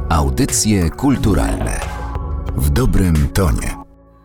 Audycje kulturalne w dobrym tonie.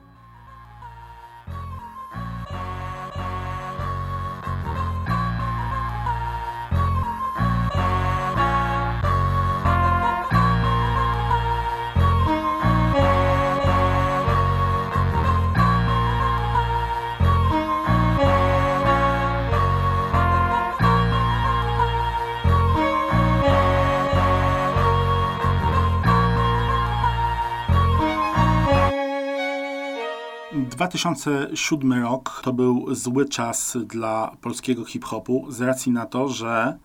Rok 2007 to był zły czas dla polskiego hip-hopu z racji na to, że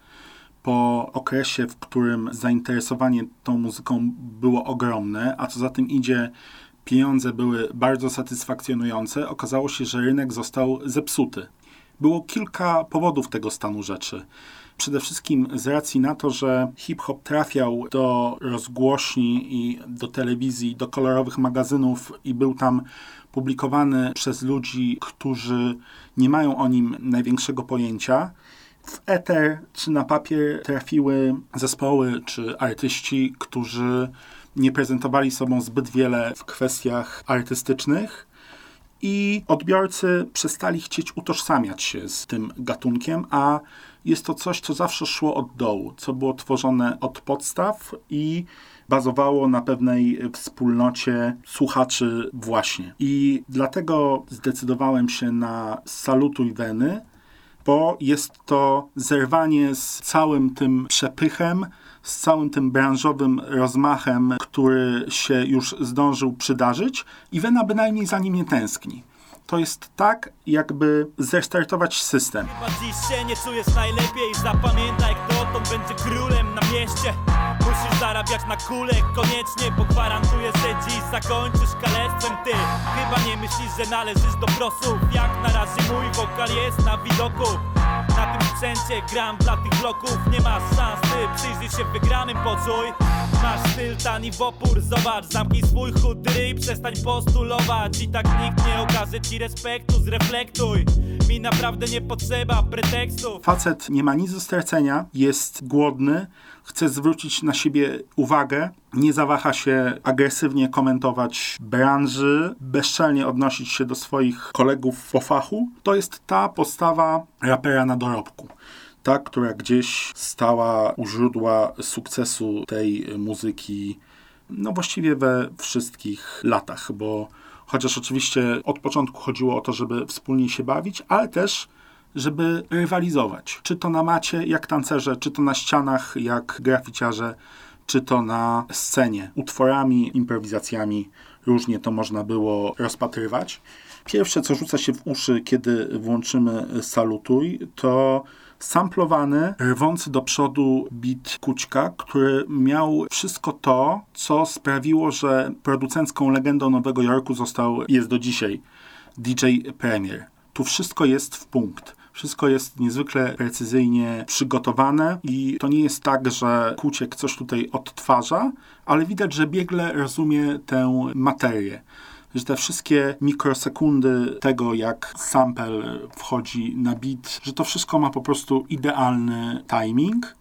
po okresie, w którym zainteresowanie tą muzyką było ogromne, a co za tym idzie, pieniądze były bardzo satysfakcjonujące, okazało się, że rynek został zepsuty. Było kilka powodów tego stanu rzeczy. Przede wszystkim z racji na to, że hip-hop trafiał do rozgłośni i do telewizji, do kolorowych magazynów i był tam publikowany przez ludzi, którzy nie mają o nim największego pojęcia. W eter czy na papier trafiły zespoły czy artyści, którzy nie prezentowali sobą zbyt wiele w kwestiach artystycznych i odbiorcy przestali chcieć utożsamiać się z tym gatunkiem, a jest to coś, co zawsze szło od dołu, co było tworzone od podstaw i bazowało na pewnej wspólnocie słuchaczy właśnie. I dlatego zdecydowałem się na Salutuj Weny, bo jest to zerwanie z całym tym przepychem, z całym tym branżowym rozmachem, który się już zdążył przydarzyć i Wena bynajmniej za nim nie tęskni. To jest tak, jakby zrestartować system. Chyba dziś się nie czujesz najlepiej. Zapamiętaj, kto dotąd będzie królem na mieście. Musisz zarabiać na kulę, koniecznie, bo gwarantuję, że dziś zakończysz kalectwem ty. Chyba nie myślisz, że należysz do prosów. Jak na razie mój wokal jest na widoku. Na tym sprzęcie gram dla tych bloków. Nie masz szans, ty przyjrzyj się wygranym, poczuj. Masz styl, tani w opór, zobacz. Zamknij swój chudy ryj, przestań postulować. I tak nikt nie okaże ci respektu, zreflektuj. Mi naprawdę nie potrzeba pretekstów. Facet nie ma nic do stracenia, jest głodny, chce zwrócić na siebie uwagę, nie zawaha się agresywnie komentować branży, bezczelnie odnosić się do swoich kolegów po fachu. To jest ta postawa rapera na dorobku. Ta, która gdzieś stała u źródła sukcesu tej muzyki, no właściwie we wszystkich latach, bo chociaż oczywiście od początku chodziło o to, żeby wspólnie się bawić, ale też żeby rywalizować. Czy to na macie, jak tancerze, czy to na ścianach, jak graficiarze, czy to na scenie. Utworami, improwizacjami różnie to można było rozpatrywać. Pierwsze, co rzuca się w uszy, kiedy włączymy Salutuj, to samplowany, rwący do przodu beat Kućka, który miał wszystko to, co sprawiło, że producencką legendą Nowego Jorku jest do dzisiaj DJ Premier. Tu wszystko jest w punkt. Wszystko jest niezwykle precyzyjnie przygotowane i to nie jest tak, że Kuciek coś tutaj odtwarza, ale widać, że biegle rozumie tę materię. Że te wszystkie mikrosekundy tego, jak sample wchodzi na beat, że to wszystko ma po prostu idealny timing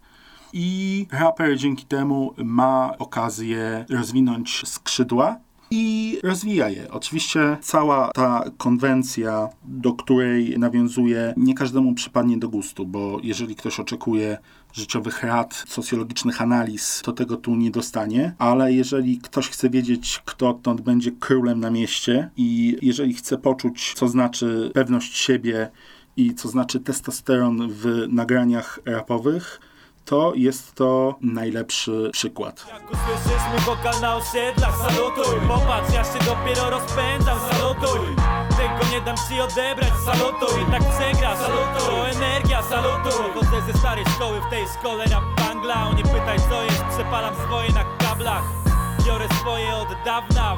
i raper dzięki temu ma okazję rozwinąć skrzydła i rozwija je. Oczywiście cała ta konwencja, do której nawiązuje, nie każdemu przypadnie do gustu, bo jeżeli ktoś oczekuje życiowych rad, socjologicznych analiz, to tego tu nie dostanie, ale jeżeli ktoś chce wiedzieć, kto odtąd będzie królem na mieście i jeżeli chce poczuć, co znaczy pewność siebie i co znaczy testosteron w nagraniach rapowych, to jest to najlepszy przykład. Jak usłyszysz mój wokal na osiedlach, salutuj. Popatrz, ja się dopiero rozpędzam, salutuj. Tego nie dam ci odebrać, salutuj. Tak przegra, salutuj. To energia, salutuj. Chodzę ze starej szkoły, w tej szkole rap bangla. Nie pytaj co jest, przepalam swoje na kablach. Biorę swoje od dawna,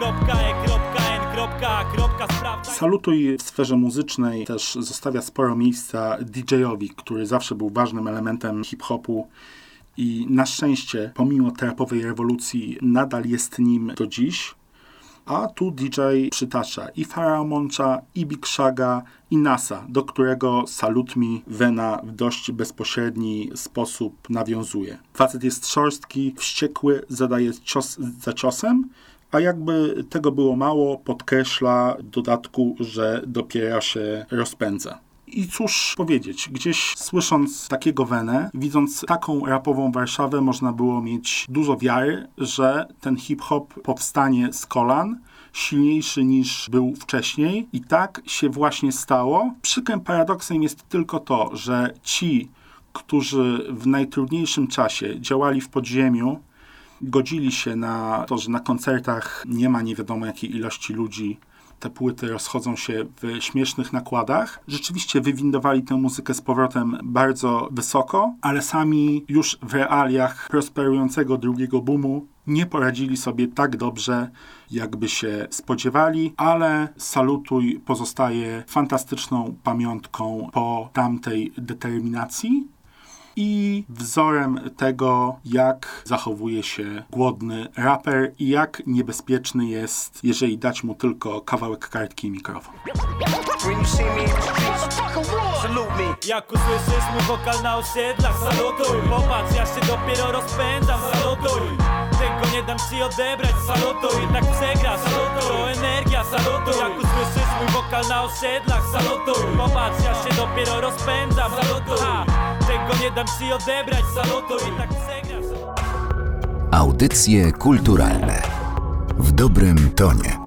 w.e.n.a. Salutuj w sferze muzycznej też zostawia sporo miejsca DJ-owi, który zawsze był ważnym elementem hip-hopu i na szczęście, pomimo tej rapowej rewolucji, nadal jest nim do dziś. A tu DJ przytacza i Pharoah Moncha, i Big Shag'a, i Nasa, do którego Salute Me Vena w dość bezpośredni sposób nawiązuje. Facet jest szorstki, wściekły, zadaje cios za ciosem, a jakby tego było mało, podkreśla w dodatku, że dopiero się rozpędza. I cóż powiedzieć, gdzieś słysząc takiego Venę, widząc taką rapową Warszawę, można było mieć dużo wiary, że ten hip-hop powstanie z kolan, silniejszy niż był wcześniej. I tak się właśnie stało. Przykrym paradoksem jest tylko to, że ci, którzy w najtrudniejszym czasie działali w podziemiu, godzili się na to, że na koncertach nie ma nie wiadomo jakiej ilości ludzi, te płyty rozchodzą się w śmiesznych nakładach. Rzeczywiście wywindowali tę muzykę z powrotem bardzo wysoko, ale sami już w realiach prosperującego drugiego boomu nie poradzili sobie tak dobrze, jakby się spodziewali, ale Salutuj pozostaje fantastyczną pamiątką po tamtej determinacji i wzorem tego, jak zachowuje się głodny raper i jak niebezpieczny jest, jeżeli dać mu tylko kawałek kartki i mikrofon. Jak usłyszysz mój wokal na osiedlach, salutuj. Popatrz, ja się dopiero rozpędzam, salutuj. Tego nie dam ci odebrać, salutuj. Jednak przegrasz, salutuj. To energia, salutuj. Jak usłyszysz mój wokal na osiedlach, salutuj. Popatrz, ja się dopiero rozpędzam, salutuj. Tego nie dam ci odebrać, salutuj. Tak przegrasz. Audycje kulturalne w dobrym tonie.